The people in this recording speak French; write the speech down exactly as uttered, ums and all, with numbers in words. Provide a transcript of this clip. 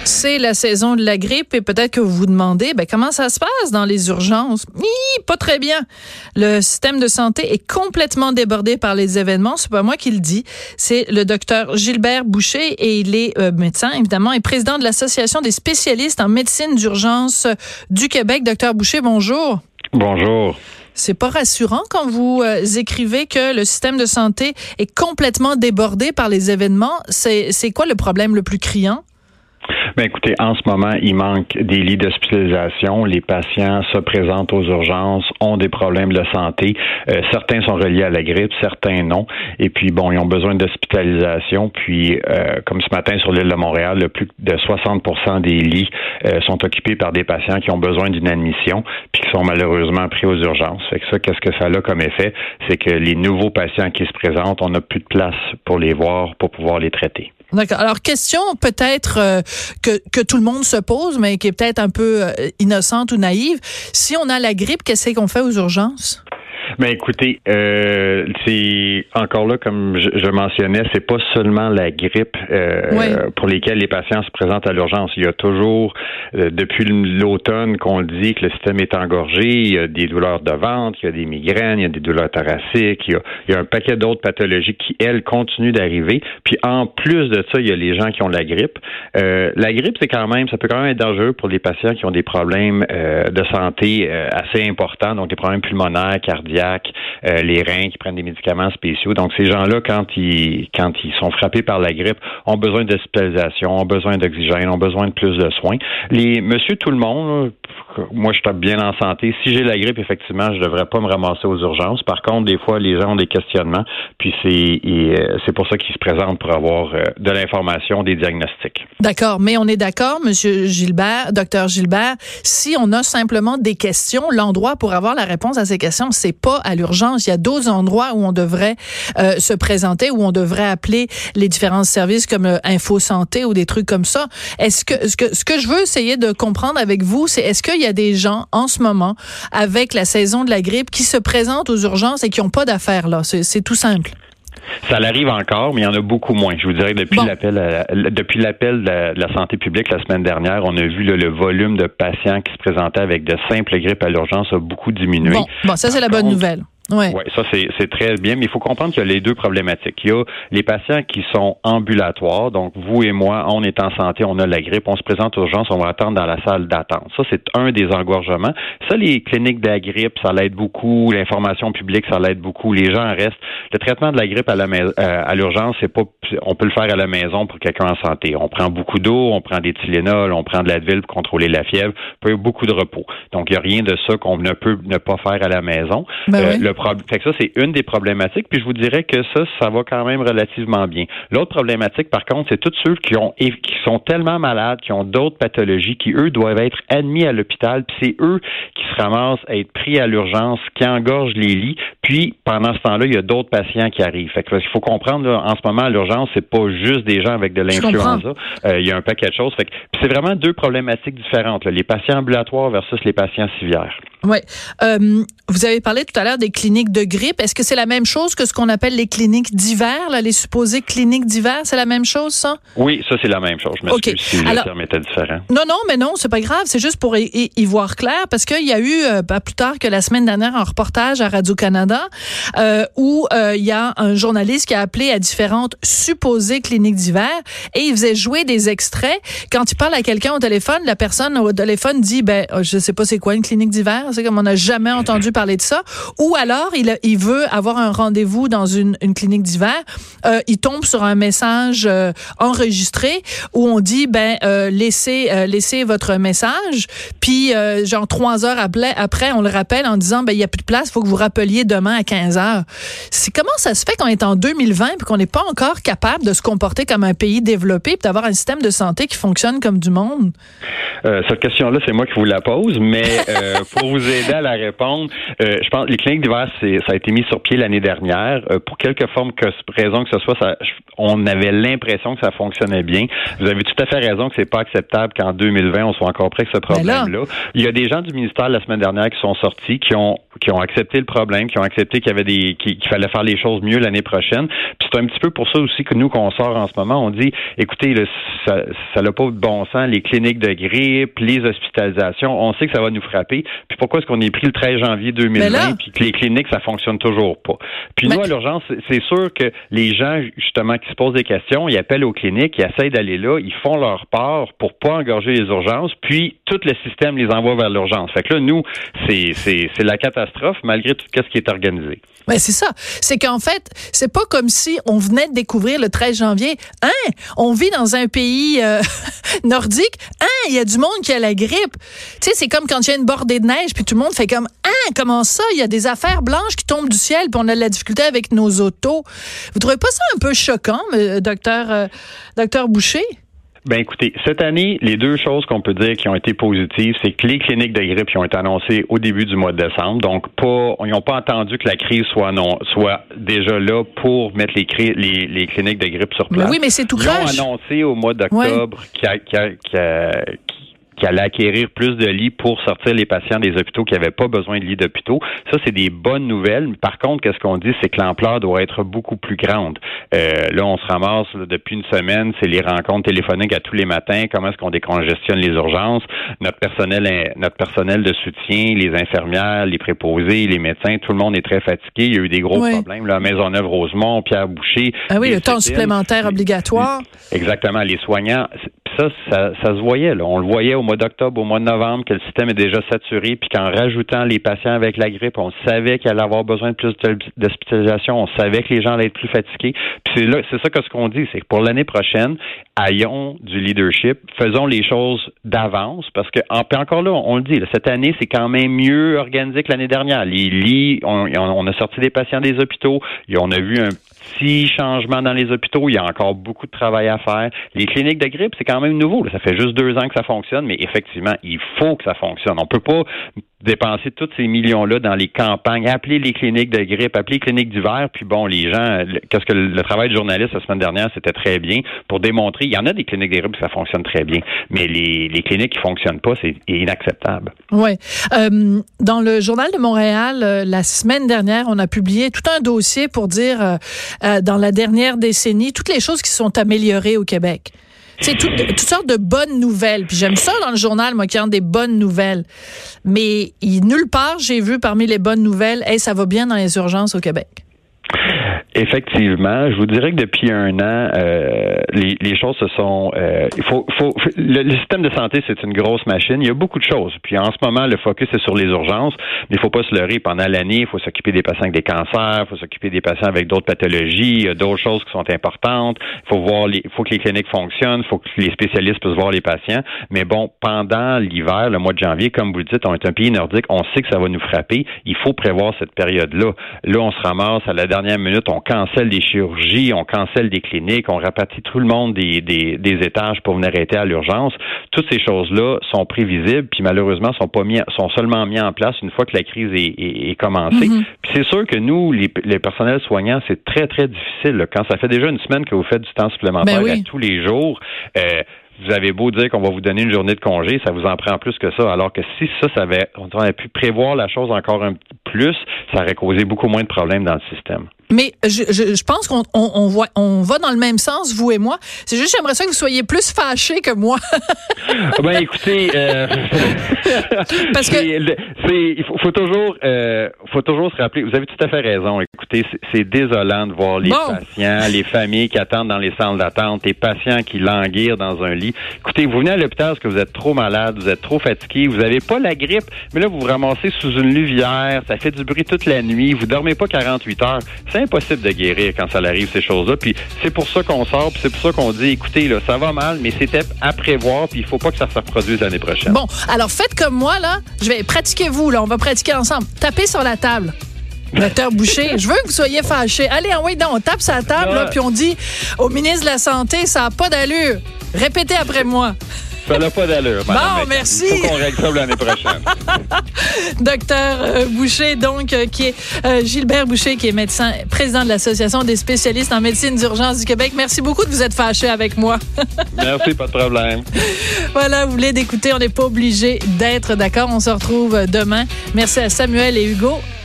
C'est la saison de la grippe et peut-être que vous vous demandez ben, comment ça se passe dans les urgences. Hi, pas très bien. Le système de santé est complètement débordé par les événements. C'est pas moi qui le dis. C'est le docteur Gilbert Boucher et il est euh, médecin, évidemment, et président de l'Association des spécialistes en médecine d'urgence du Québec. Docteur Boucher, bonjour. Bonjour. C'est pas rassurant quand vous euh, écrivez que le système de santé est complètement débordé par les événements. C'est, c'est quoi le problème le plus criant? Ben écoutez, en ce moment, il manque des lits d'hospitalisation. Les patients se présentent aux urgences, ont des problèmes de santé. Euh, certains sont reliés à la grippe, certains non. Et puis, bon, ils ont besoin d'hospitalisation. Puis, euh, comme ce matin sur l'île de Montréal, le plus de soixante pour cent des lits euh, sont occupés par des patients qui ont besoin d'une admission puis qui sont malheureusement pris aux urgences. Fait que ça, qu'est-ce que ça a comme effet? C'est que les nouveaux patients qui se présentent, on n'a plus de place pour les voir, pour pouvoir les traiter. D'accord. Alors, question peut-être euh, que, que tout le monde se pose, mais qui est peut-être un peu euh, innocente ou naïve. Si on a la grippe, qu'est-ce qu'on fait aux urgences? Ben écoutez, euh, c'est encore là, comme je, je mentionnais, c'est pas seulement la grippe euh, oui. pour lesquelles les patients se présentent à l'urgence. Il y a toujours, euh, depuis l'automne, qu'on dit que le système est engorgé. Il y a des douleurs de ventre, il y a des migraines, il y a des douleurs thoraciques, il y a, il y a un paquet d'autres pathologies qui, elles, continuent d'arriver. Puis en plus de ça, il y a les gens qui ont la grippe. Euh, la grippe, c'est quand même, ça peut quand même être dangereux pour les patients qui ont des problèmes euh, de santé euh, assez importants, donc des problèmes pulmonaires, cardiaques. Euh, les reins qui prennent des médicaments spéciaux. Donc, ces gens-là, quand ils quand ils sont frappés par la grippe, ont besoin d'hospitalisation, ont besoin d'oxygène, ont besoin de plus de soins. Les monsieur tout le monde, moi, je suis bien en santé. Si j'ai la grippe, effectivement, je devrais pas me ramasser aux urgences. Par contre, des fois, les gens ont des questionnements, puis c'est et, euh, c'est pour ça qu'ils se présentent pour avoir euh, de l'information, des diagnostics. D'accord, mais on est d'accord, Monsieur Gilbert, Docteur Gilbert, si on a simplement des questions, l'endroit pour avoir la réponse à ces questions, c'est pas à l'urgence. Il y a d'autres endroits où on devrait euh, se présenter, où on devrait appeler les différents services comme euh, Info Santé ou des trucs comme ça. Est-ce que ce que ce que je veux essayer de comprendre avec vous, c'est est-ce qu'il y a des gens en ce moment avec la saison de la grippe qui se présentent aux urgences et qui n'ont pas d'affaires là? C'est, c'est tout simple. Ça l'arrive encore, mais il y en a beaucoup moins. Je vous dirais que depuis bon. l'appel à, depuis l'appel de la, de la santé publique la semaine dernière, on a vu là, le volume de patients qui se présentaient avec de simples grippes à l'urgence a beaucoup diminué. Bon, bon ça, c'est Par la bonne contre, nouvelle. Oui, ouais, ça, c'est, c'est très bien, mais il faut comprendre qu'il y a les deux problématiques. Il y a les patients qui sont ambulatoires, donc vous et moi, on est en santé, on a la grippe, on se présente aux urgences, on va attendre dans la salle d'attente. Ça, c'est un des engorgements. Ça, les cliniques de la grippe, ça l'aide beaucoup, l'information publique, ça l'aide beaucoup, les gens restent. Le traitement de la grippe à, la mais- euh, à l'urgence, c'est pas, on peut le faire à la maison pour quelqu'un en santé. On prend beaucoup d'eau, on prend des Tylenol, on prend de l'Advil pour contrôler la fièvre, on peut avoir beaucoup de repos. Donc, il n'y a rien de ça qu'on ne peut ne pas faire à la maison. Ben euh, oui. le Fait que ça, c'est une des problématiques, puis je vous dirais que ça, ça va quand même relativement bien. L'autre problématique, par contre, c'est tous ceux qui ont qui sont tellement malades, qui ont d'autres pathologies, qui, eux, doivent être admis à l'hôpital, puis c'est eux qui se ramassent à être pris à l'urgence, qui engorgent les lits, puis pendant ce temps-là, il y a d'autres patients qui arrivent. Fait que là, il faut comprendre, là, en ce moment, à l'urgence, c'est pas juste des gens avec de l'influenza. Euh, il y a un paquet de choses. Fait que c'est vraiment deux problématiques différentes, là, les patients ambulatoires versus les patients civières. Oui. Euh, vous avez parlé tout à l'heure des cliniques de grippe. Est-ce que c'est la même chose que ce qu'on appelle les cliniques d'hiver, là, les supposées cliniques d'hiver? C'est la même chose, ça? Oui, ça, c'est la même chose. Je m'excuse okay. si Alors, le terme était différent. Non, non, mais non, c'est pas grave. C'est juste pour y, y, y voir clair, parce qu'il y a eu, euh, pas plus tard que la semaine dernière, un reportage à Radio-Canada euh, où il euh, y a un journaliste qui a appelé à différentes supposées cliniques d'hiver et il faisait jouer des extraits. Quand il parle à quelqu'un au téléphone, la personne au téléphone dit, ben, je sais pas c'est quoi une clinique d'hiver. C'est comme on n'a jamais entendu parler de ça. Ou alors, il, il veut avoir un rendez-vous dans une, une clinique d'hiver. Euh, il tombe sur un message euh, enregistré où on dit, ben, euh, laissez, euh, laissez votre message. Puis, euh, genre, trois heures après, après, on le rappelle en disant, ben, il n'y a plus de place, il faut que vous rappeliez demain à quinze heures. C'est comment ça se fait qu'on est en deux mille vingt et qu'on n'est pas encore capable de se comporter comme un pays développé et d'avoir un système de santé qui fonctionne comme du monde? Euh, cette question-là, c'est moi qui vous la pose, mais euh, pour vous vous aider à la répondre. Euh, je pense que les cliniques d'hiver, c'est, ça a été mis sur pied l'année dernière. Euh, pour quelque forme que raison que ce soit, ça, on avait l'impression que ça fonctionnait bien. Vous avez tout à fait raison que c'est pas acceptable qu'en deux mille vingt, on soit encore près que ce problème-là. Il y a des gens du ministère la semaine dernière qui sont sortis, qui ont qui ont accepté le problème, qui ont accepté qu'il y avait des qu'il, qu'il fallait faire les choses mieux l'année prochaine. Puis c'est un petit peu pour ça aussi que nous, qu'on sort en ce moment, on dit, écoutez, là, ça ça n'a pas de bon sens, les cliniques de grippe, les hospitalisations, on sait que ça va nous frapper. Puis pourquoi est-ce qu'on est pris le treize janvier deux mille vingt puis que les cliniques, ça fonctionne toujours pas? Puis mais... nous, à l'urgence, c'est sûr que les gens, justement, qui se posent des questions, ils appellent aux cliniques, ils essayent d'aller là, ils font leur part pour pas engorger les urgences, puis tout le système les envoie vers l'urgence. Fait que là, nous, c'est c'est c'est la catastrophe malgré tout ce qui est organisé. Ben c'est ça. C'est qu'en fait, c'est pas comme si on venait de découvrir le treize janvier. Hein? On vit dans un pays euh, nordique. Hein? Il y a du monde qui a la grippe. Tu sais, c'est comme quand il y a une bordée de neige, puis tout le monde fait comme hein? Comment ça? Il y a des affaires blanches qui tombent du ciel, puis on a de la difficulté avec nos autos. Vous trouvez pas ça un peu choquant, euh, docteur, euh, docteur Boucher? Ben écoutez, cette année, les deux choses qu'on peut dire qui ont été positives, c'est que les cliniques de grippe qui ont été annoncées au début du mois de décembre, donc pas, ils n'ont pas attendu que la crise soit non, soit déjà là pour mettre les, les, les cliniques de grippe sur place. Mais oui, mais c'est tout croche. Ils ont annoncé au mois d'octobre ouais. qu'il y a, qu'il y a, qu'il y a, qui allait acquérir plus de lits pour sortir les patients des hôpitaux qui n'avaient pas besoin de lits d'hôpitaux. Ça, c'est des bonnes nouvelles. Par contre, qu'est-ce qu'on dit, c'est que l'ampleur doit être beaucoup plus grande. Euh, là, on se ramasse là, depuis une semaine, c'est les rencontres téléphoniques à tous les matins. Comment est-ce qu'on décongestionne les urgences? Notre personnel, notre personnel de soutien, les infirmières, les préposés, les médecins, tout le monde est très fatigué. Il y a eu des gros oui. problèmes. Là, Maisonneuve-Rosemont, Pierre-Boucher. Ah oui, le temps supplémentaire obligatoire. Exactement. Les soignants. Ça, ça, ça se voyait. Là. On le voyait au mois d'octobre, au mois de novembre, que le système est déjà saturé, puis qu'en rajoutant les patients avec la grippe, on savait qu'il allait avoir besoin de plus d'hospitalisation, on savait que les gens allaient être plus fatigués. Puis c'est là, c'est ça que ce qu'on dit, c'est que pour l'année prochaine, ayons du leadership, faisons les choses d'avance, parce que en, encore là, on le dit, là, cette année, c'est quand même mieux organisé que l'année dernière. Les lits, on, on a sorti des patients des hôpitaux, et on a vu un petit changement dans les hôpitaux. Il y a encore beaucoup de travail à faire. Les cliniques de grippe, c'est quand même nouveau. Là. Ça fait juste deux ans que ça fonctionne, mais effectivement, il faut que ça fonctionne. On peut pas dépenser tous ces millions-là dans les campagnes, appeler les cliniques de grippe, appeler les cliniques d'hiver, puis bon, les gens, qu'est-ce que le travail de journaliste la semaine dernière, c'était très bien pour démontrer, il y en a des cliniques de grippe ça fonctionne très bien, mais les, les cliniques qui fonctionnent pas, c'est inacceptable. Oui. Euh, dans le Journal de Montréal, euh, la semaine dernière, on a publié tout un dossier pour dire, euh, euh, dans la dernière décennie, toutes les choses qui sont améliorées au Québec. C'est tout, toutes sortes de bonnes nouvelles. Puis j'aime ça dans le journal, moi, qui ont des bonnes nouvelles. Mais il, nulle part, j'ai vu parmi les bonnes nouvelles, hey, ça va bien dans les urgences au Québec. Effectivement, je vous dirais que depuis un an, euh, les, les choses se sont. Euh, il faut, faut le, le système de santé, c'est une grosse machine. Il y a beaucoup de choses. Puis en ce moment, le focus est sur les urgences, mais il faut pas se leurrer. Pendant l'année, il faut s'occuper des patients avec des cancers, il faut s'occuper des patients avec d'autres pathologies, il y a d'autres choses qui sont importantes. Il faut voir, les, il faut que les cliniques fonctionnent, il faut que les spécialistes puissent voir les patients. Mais bon, pendant l'hiver, le mois de janvier, comme vous le dites, on est un pays nordique, on sait que ça va nous frapper. Il faut prévoir cette période-là. Là, on se ramasse à la dernière minute, on cancelle des chirurgies, on cancelle des cliniques, on rapatrie tout le monde des, des, des étages pour venir arrêter à l'urgence. Toutes ces choses-là sont prévisibles, puis malheureusement sont pas mis, sont seulement mis en place une fois que la crise est, est, est commencée. Mm-hmm. Puis c'est sûr que nous, les, les personnels soignants, c'est très très difficile. Là. Quand ça fait déjà une semaine que vous faites du temps supplémentaire ben oui. à tous les jours. Euh, Vous avez beau dire qu'on va vous donner une journée de congé, ça vous en prend plus que ça. Alors que si ça, ça avait, on aurait pu prévoir la chose encore un peu plus, ça aurait causé beaucoup moins de problèmes dans le système. Mais je, je, je pense qu'on on, on, voit, on va dans le même sens, vous et moi. C'est juste, j'aimerais ça que vous soyez plus fâchés que moi. Ben écoutez, euh, parce que c'est, c'est, il faut, faut toujours, euh, faut toujours se rappeler. Vous avez tout à fait raison. Écoutez, c'est, c'est désolant de voir les bon. patients, les familles qui attendent dans les centres d'attente, les patients qui languirent dans un lit. Écoutez, vous venez à l'hôpital parce que vous êtes trop malade, vous êtes trop fatigué, vous n'avez pas la grippe, mais là vous vous ramassez sous une luvière, ça fait du bruit toute la nuit, vous dormez pas quarante-huit heures. C'est impossible de guérir quand ça arrive, ces choses-là. Puis c'est pour ça qu'on sort, puis c'est pour ça qu'on dit, écoutez, là, ça va mal, mais c'était à prévoir, puis il faut pas que ça se reproduise l'année prochaine. Bon, alors faites comme moi, là. Je vais pratiquer vous, là. On va pratiquer ensemble. Tapez sur la table. Docteur Boucher, je veux que vous soyez fâché. Allez, oui, donc, on tape sur la table, là, puis on dit au ministre de la Santé, ça n'a pas d'allure. Répétez après moi. Ça n'a pas d'allure, madame. Bon, Mécan. merci. Il faut qu'on règle ça l'année prochaine. Docteur euh, Boucher, donc, euh, qui est euh, Gilbert Boucher, qui est médecin, président de l'Association des spécialistes en médecine d'urgence du Québec. Merci beaucoup de vous être fâché avec moi. Merci, pas de problème. Voilà, vous voulez d'écouter, on n'est pas obligé d'être d'accord. On se retrouve demain. Merci à Samuel et Hugo.